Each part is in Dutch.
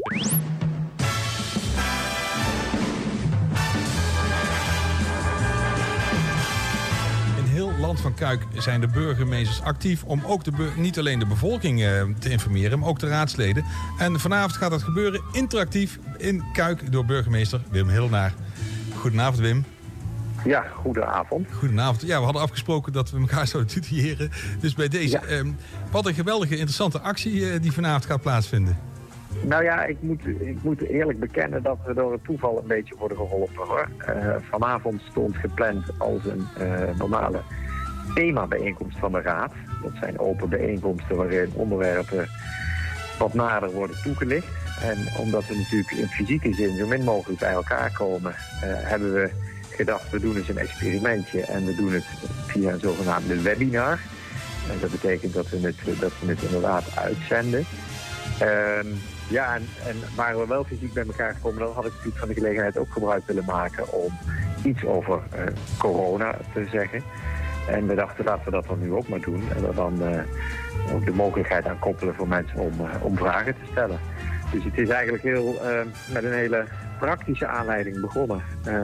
Land van Kuik zijn de burgemeesters actief om ook niet alleen de bevolking te informeren, maar ook de raadsleden. En vanavond gaat dat gebeuren interactief in Kuik door burgemeester Wim Hildenaar. Goedenavond, Wim. Ja, goedenavond. Goedenavond. Ja, we hadden afgesproken dat we elkaar zouden tutoyeren. Dus bij deze, wat een geweldige, interessante actie die vanavond gaat plaatsvinden. Nou ja, ik moet eerlijk bekennen dat we door het toeval een beetje worden geholpen, hoor. Vanavond stond gepland als een normale themabijeenkomst van de Raad. Dat zijn open bijeenkomsten waarin onderwerpen wat nader worden toegelicht. En omdat we natuurlijk in fysieke zin zo min mogelijk bij elkaar komen, hebben we gedacht, we doen eens een experimentje en we doen het via een zogenaamde webinar. En dat betekent dat we het inderdaad uitzenden. Ja, en waren we wel fysiek bij elkaar gekomen, dan had ik natuurlijk van de gelegenheid ook gebruik willen maken om iets over corona te zeggen. En we dachten, laten we dat dan nu ook maar doen. En er dan ook de mogelijkheid aan koppelen voor mensen om vragen te stellen. Dus het is eigenlijk met een hele praktische aanleiding begonnen.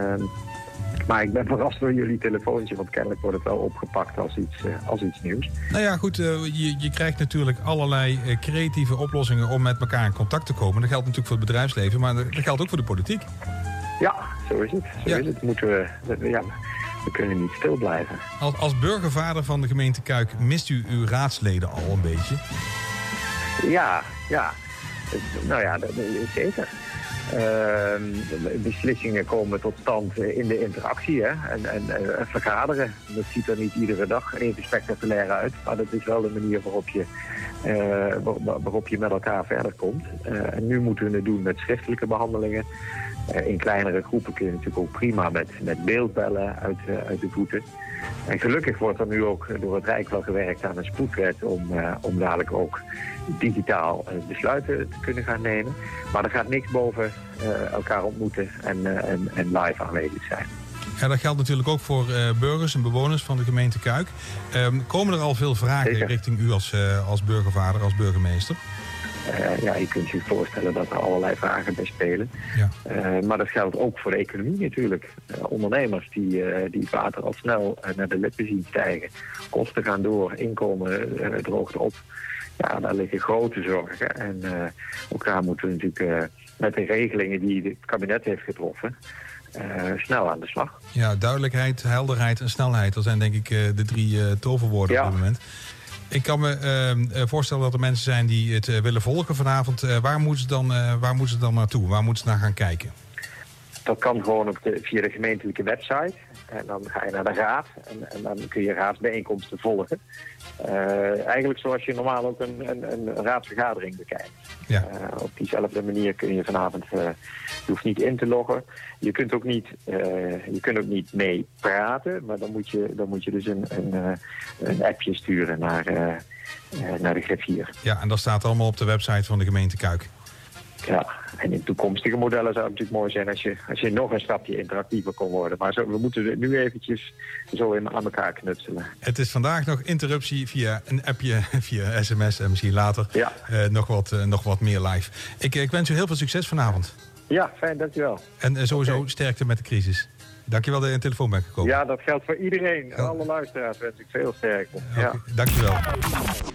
Maar ik ben verrast door jullie telefoontje, want kennelijk wordt het wel opgepakt als iets nieuws. Nou ja, goed, je krijgt natuurlijk allerlei creatieve oplossingen om met elkaar in contact te komen. Dat geldt natuurlijk voor het bedrijfsleven, maar dat geldt ook voor de politiek. Ja, zo is het. Zo is het. We kunnen niet stil blijven. Als burgervader van de gemeente Kuik mist u uw raadsleden al een beetje? Ja. Nou ja, dat is zeker. Beslissingen komen tot stand in de interactie, hè? En vergaderen. Dat ziet er niet iedere dag even spectaculair uit, maar dat is wel de manier waarop je met elkaar verder komt. En nu moeten we het doen met schriftelijke behandelingen. In kleinere groepen kun je natuurlijk ook prima met beeldbellen uit de voeten. En gelukkig wordt er nu ook door het Rijk wel gewerkt aan een spoedwet om dadelijk ook digitaal besluiten te kunnen gaan nemen. Maar er gaat niks boven elkaar ontmoeten en live aanwezig zijn. Ja, dat geldt natuurlijk ook voor burgers en bewoners van de gemeente Kuik. Komen er al veel vragen richting u als burgervader, als burgemeester? Je kunt je voorstellen dat er allerlei vragen bij spelen. Ja. Maar dat geldt ook voor de economie natuurlijk. Ondernemers die het water al snel naar de lippen zien stijgen. Kosten gaan door, inkomen droogt op. Ja, daar liggen grote zorgen. En ook daar moeten we natuurlijk met de regelingen die het kabinet heeft getroffen snel aan de slag. Ja, duidelijkheid, helderheid en snelheid. Dat zijn denk ik de 3 toverwoorden op dit moment. Ik kan me voorstellen dat er mensen zijn die het willen volgen vanavond. Waar moeten ze dan naartoe? Waar moeten ze naar gaan kijken? Dat kan gewoon via de gemeentelijke website. En dan ga je naar de raad en dan kun je raadsbijeenkomsten volgen. Eigenlijk zoals je normaal ook een raadsvergadering bekijkt. Ja. Op diezelfde manier kun je vanavond, je hoeft niet in te loggen. Je kunt ook niet mee praten, maar dan moet je dus een appje sturen naar de griffier. Ja, en dat staat allemaal op de website van de gemeente Kuik. Ja, en in toekomstige modellen zou het natuurlijk mooi zijn als je nog een stapje interactiever kon worden. Maar we moeten het nu eventjes zo aan elkaar knutselen. Het is vandaag nog interruptie via een appje, via sms en misschien later nog wat meer live. Ik wens u heel veel succes vanavond. Ja, fijn, dankjewel. En sowieso sterkte met de crisis. Dankjewel dat je in de telefoon bent gekomen. Ja, dat geldt voor iedereen. Alle luisteraars wens ik veel sterkte. Okay, dankjewel.